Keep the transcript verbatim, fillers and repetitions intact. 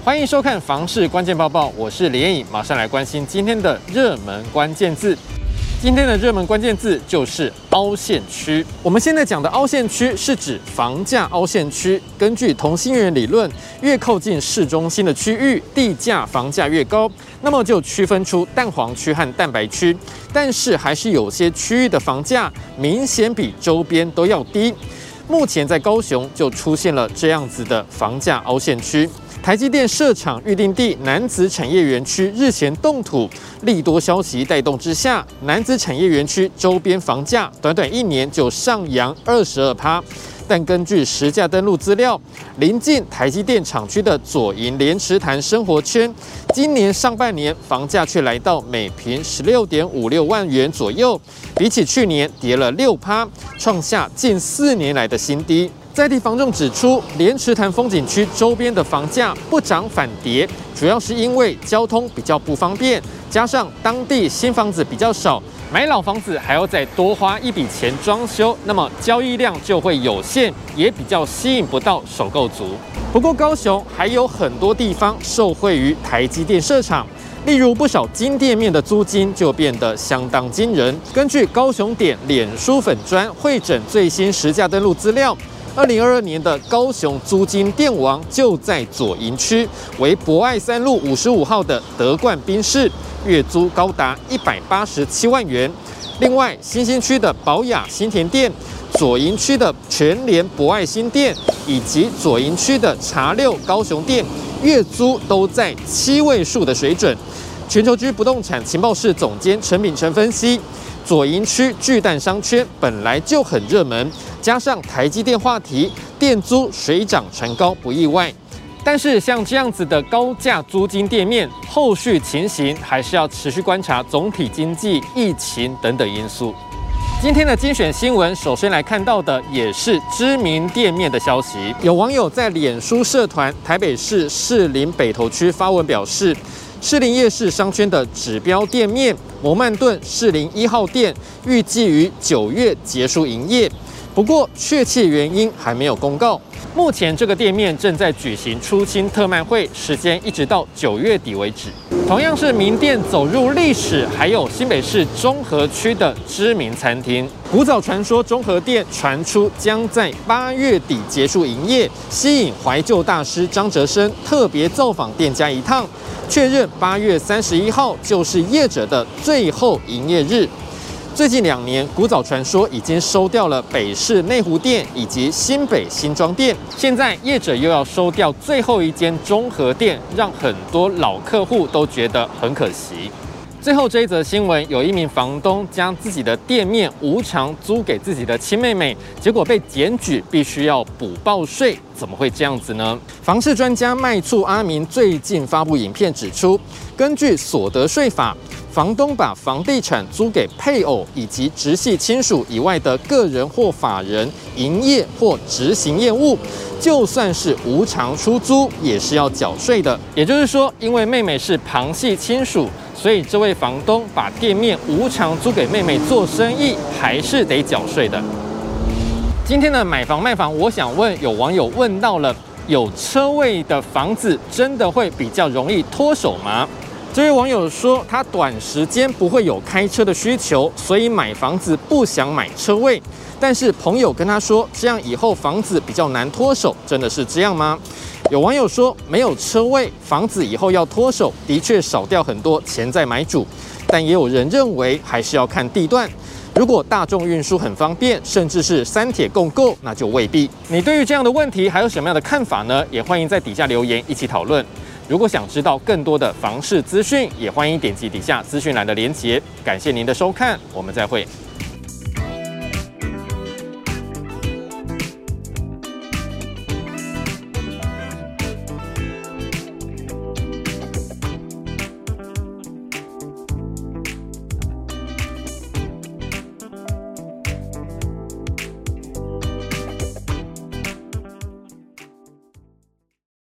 欢迎收看《房市关键报报》，我是李彦颖，马上来关心今天的热门关键字。今天的热门关键字就是凹陷区。我们现在讲的凹陷区是指房价凹陷区。根据同心圆理论，越靠近市中心的区域，地价房价越高，那么就区分出蛋黄区和蛋白区。但是还是有些区域的房价明显比周边都要低。目前在高雄就出现了这样子的房价凹陷区。台积电设厂预定地楠梓产业园区日前动土，利多消息带动之下，楠梓产业园区周边房价短短一年就上扬二十二趴。但根据实价登录资料，临近台积电厂区的左营莲池潭生活圈，今年上半年房价却来到每坪十六点五六万元左右，比起去年跌了六趴，创下近四年来的新低。在地房仲指出，莲池潭风景区周边的房价不涨反跌，主要是因为交通比较不方便，加上当地新房子比较少，买老房子还要再多花一笔钱装修，那么交易量就会有限，也比较吸引不到首购族。不过高雄还有很多地方受惠于台积电设厂，例如不少金店面的租金就变得相当惊人。根据高雄点脸书粉专汇整最新实价登录资料，二零二二年的高雄租金电王就在左营区，为博爱三路五十五号的德冠宾士，月租高达一百八十七万元。另外，新兴区的宝雅新田店、左营区的全联博爱新店以及左营区的茶六高雄店，月租都在七位数的水准。全球居不动产情报室总监陈秉成分析，左营区巨蛋商圈本来就很热门，加上台积电话题，店租水涨船高不意外。但是像这样子的高价租金店面，后续情形还是要持续观察总体经济、疫情等等因素。今天的精选新闻，首先来看到的也是知名店面的消息。有网友在脸书社团台北市士林北投区发文表示，士林夜市商圈的指标店面摩曼顿士林一号店预计于九月结束营业，不过确切原因还没有公告。目前这个店面正在举行出清特卖会，时间一直到九月底为止。同样是名店走入历史，还有新北市中和区的知名餐厅。古早传说中和店传出将在八月底结束营业，吸引怀旧大师张哲生特别造访店家一趟，确认八月三十一号就是业者的最后营业日。最近两年，古早传说已经收掉了北市内湖店以及新北新庄店，现在业者又要收掉最后一间中和店，让很多老客户都觉得很可惜。最后这一则新闻，有一名房东将自己的店面无偿租给自己的亲妹妹，结果被检举，必须要补报税。怎么会这样子呢？房市专家麦处阿明最近发布影片指出，根据所得税法，房东把房地产租给配偶以及直系亲属以外的个人或法人营业或执行业务，就算是无偿出租，也是要缴税的。也就是说，因为妹妹是旁系亲属，所以这位房东把店面无偿租给妹妹做生意，还是得缴税的。今天的买房卖房，我想问，有网友问到了，有车位的房子真的会比较容易脱手吗？这位网友说，他短时间不会有开车的需求，所以买房子不想买车位。但是朋友跟他说，这样以后房子比较难脱手，真的是这样吗？有网友说，没有车位，房子以后要脱手，的确少掉很多潜在买主。但也有人认为，还是要看地段。如果大众运输很方便，甚至是三铁共构，那就未必。你对于这样的问题还有什么样的看法呢？也欢迎在底下留言一起讨论。如果想知道更多的房市资讯，也欢迎点击底下资讯栏的连结。感谢您的收看，我们再会。